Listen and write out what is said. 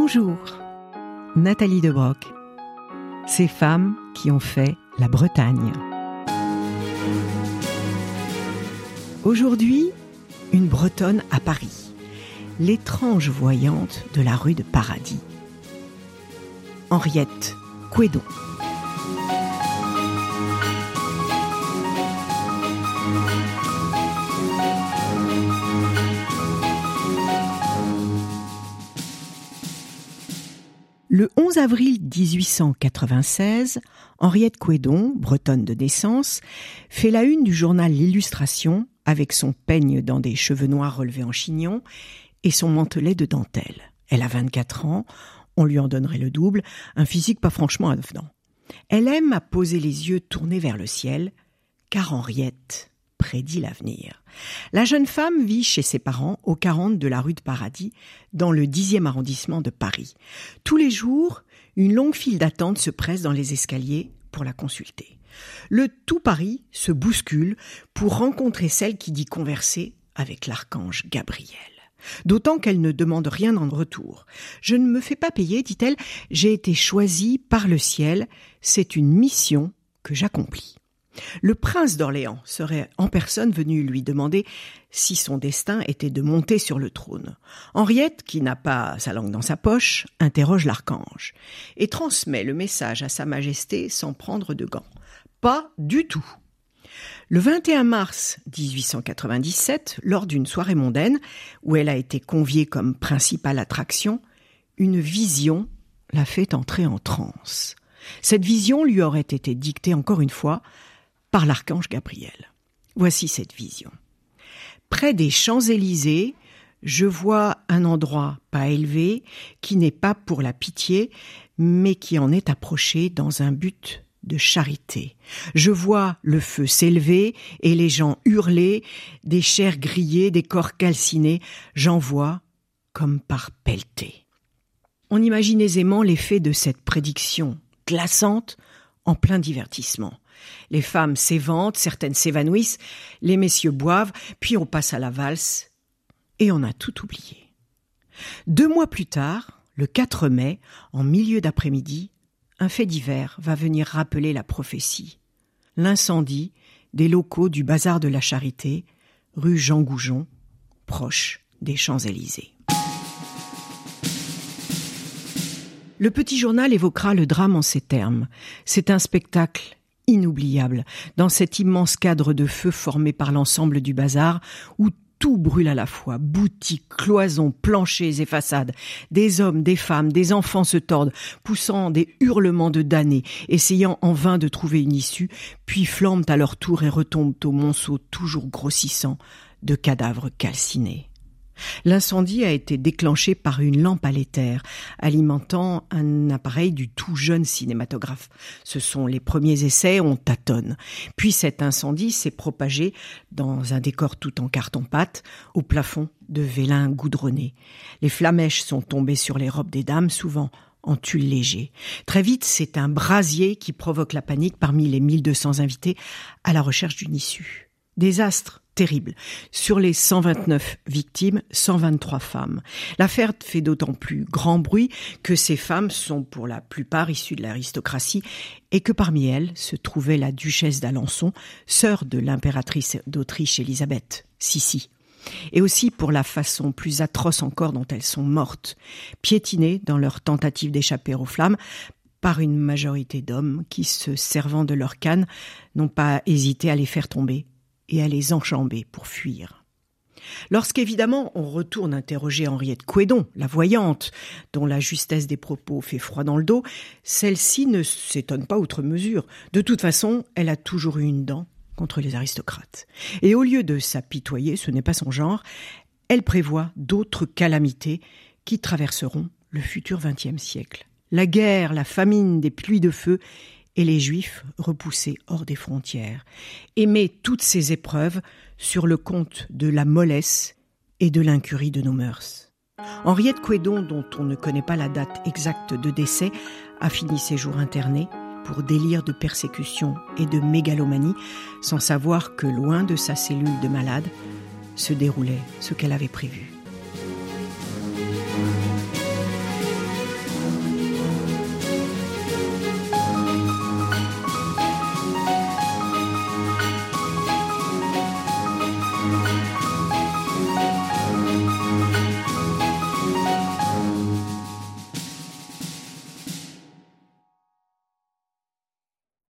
Bonjour, Nathalie Debroc. Ces femmes qui ont fait la Bretagne. Aujourd'hui, une Bretonne à Paris, l'étrange voyante de la rue de Paradis. Henriette Couédon. Le 11 avril 1896, Henriette Couédon, bretonne de naissance, fait la une du journal L'Illustration avec son peigne dans des cheveux noirs relevés en chignon et son mantelet de dentelle. Elle a 24 ans, on lui en donnerait le double, un physique pas franchement avenant. Elle aime à poser les yeux tournés vers le ciel, car Henriette prédit l'avenir. La jeune femme vit chez ses parents au 40 de la rue de Paradis, dans le 10e arrondissement de Paris. Tous les jours, une longue file d'attente se presse dans les escaliers pour la consulter. Le tout Paris se bouscule pour rencontrer celle qui dit converser avec l'archange Gabriel. D'autant qu'elle ne demande rien en retour. « Je ne me fais pas payer, dit-elle, j'ai été choisie par le ciel, c'est une mission que j'accomplis. » Le prince d'Orléans serait en personne venu lui demander si son destin était de monter sur le trône. Henriette, qui n'a pas sa langue dans sa poche, interroge l'archange et transmet le message à Sa Majesté sans prendre de gants. Pas du tout. Le 21 mars 1897, lors d'une soirée mondaine, où elle a été conviée comme principale attraction, une vision l'a fait entrer en transe. Cette vision lui aurait été dictée encore une fois par l'archange Gabriel. Voici cette vision. Près des Champs-Élysées, je vois un endroit pas élevé, qui n'est pas pour la pitié, mais qui en est approché dans un but de charité. Je vois le feu s'élever et les gens hurler, des chairs grillées, des corps calcinés. J'en vois comme par pelletée. On imagine aisément l'effet de cette prédiction glaçante en plein divertissement. Les femmes s'éventent, certaines s'évanouissent, les messieurs boivent, puis on passe à la valse et on a tout oublié. 2 mois plus tard, le 4 mai, en milieu d'après-midi, un fait divers va venir rappeler la prophétie. L'incendie des locaux du bazar de la Charité, rue Jean Goujon, proche des Champs-Élysées. Le petit journal évoquera le drame en ces termes. C'est un spectacle inoubliable, dans cet immense cadre de feu formé par l'ensemble du bazar, où tout brûle à la fois, boutiques, cloisons, planchers et façades. Des hommes, des femmes, des enfants se tordent, poussant des hurlements de damnés, essayant en vain de trouver une issue, puis flambent à leur tour et retombent au monceau toujours grossissant de cadavres calcinés. L'incendie a été déclenché par une lampe à l'éther, alimentant un appareil du tout jeune cinématographe. Ce sont les premiers essais, on tâtonne. Puis cet incendie s'est propagé dans un décor tout en carton-pâte, au plafond de vélin goudronné. Les flamèches sont tombées sur les robes des dames, souvent en tulle léger. Très vite, c'est un brasier qui provoque la panique parmi les 1200 invités à la recherche d'une issue. Désastre terrible. Sur les 129 victimes, 123 femmes. L'affaire fait d'autant plus grand bruit que ces femmes sont pour la plupart issues de l'aristocratie et que parmi elles se trouvait la duchesse d'Alençon, sœur de l'impératrice d'Autriche Élisabeth, Sissi. Et aussi pour la façon plus atroce encore dont elles sont mortes, piétinées dans leur tentative d'échapper aux flammes par une majorité d'hommes qui, se servant de leurs cannes, n'ont pas hésité à les faire tomber et à les enjamber pour fuir. Lorsqu'évidemment on retourne interroger Henriette Couédon, la voyante, dont la justesse des propos fait froid dans le dos, celle-ci ne s'étonne pas outre mesure. De toute façon, elle a toujours eu une dent contre les aristocrates. Et au lieu de s'apitoyer, ce n'est pas son genre, elle prévoit d'autres calamités qui traverseront le futur XXe siècle. La guerre, la famine, des pluies de feu et les Juifs repoussés hors des frontières, et met toutes ces épreuves sur le compte de la mollesse et de l'incurie de nos mœurs. Henriette Couédon, dont on ne connaît pas la date exacte de décès, a fini ses jours internée pour délire de persécution et de mégalomanie, sans savoir que loin de sa cellule de malade se déroulait ce qu'elle avait prévu.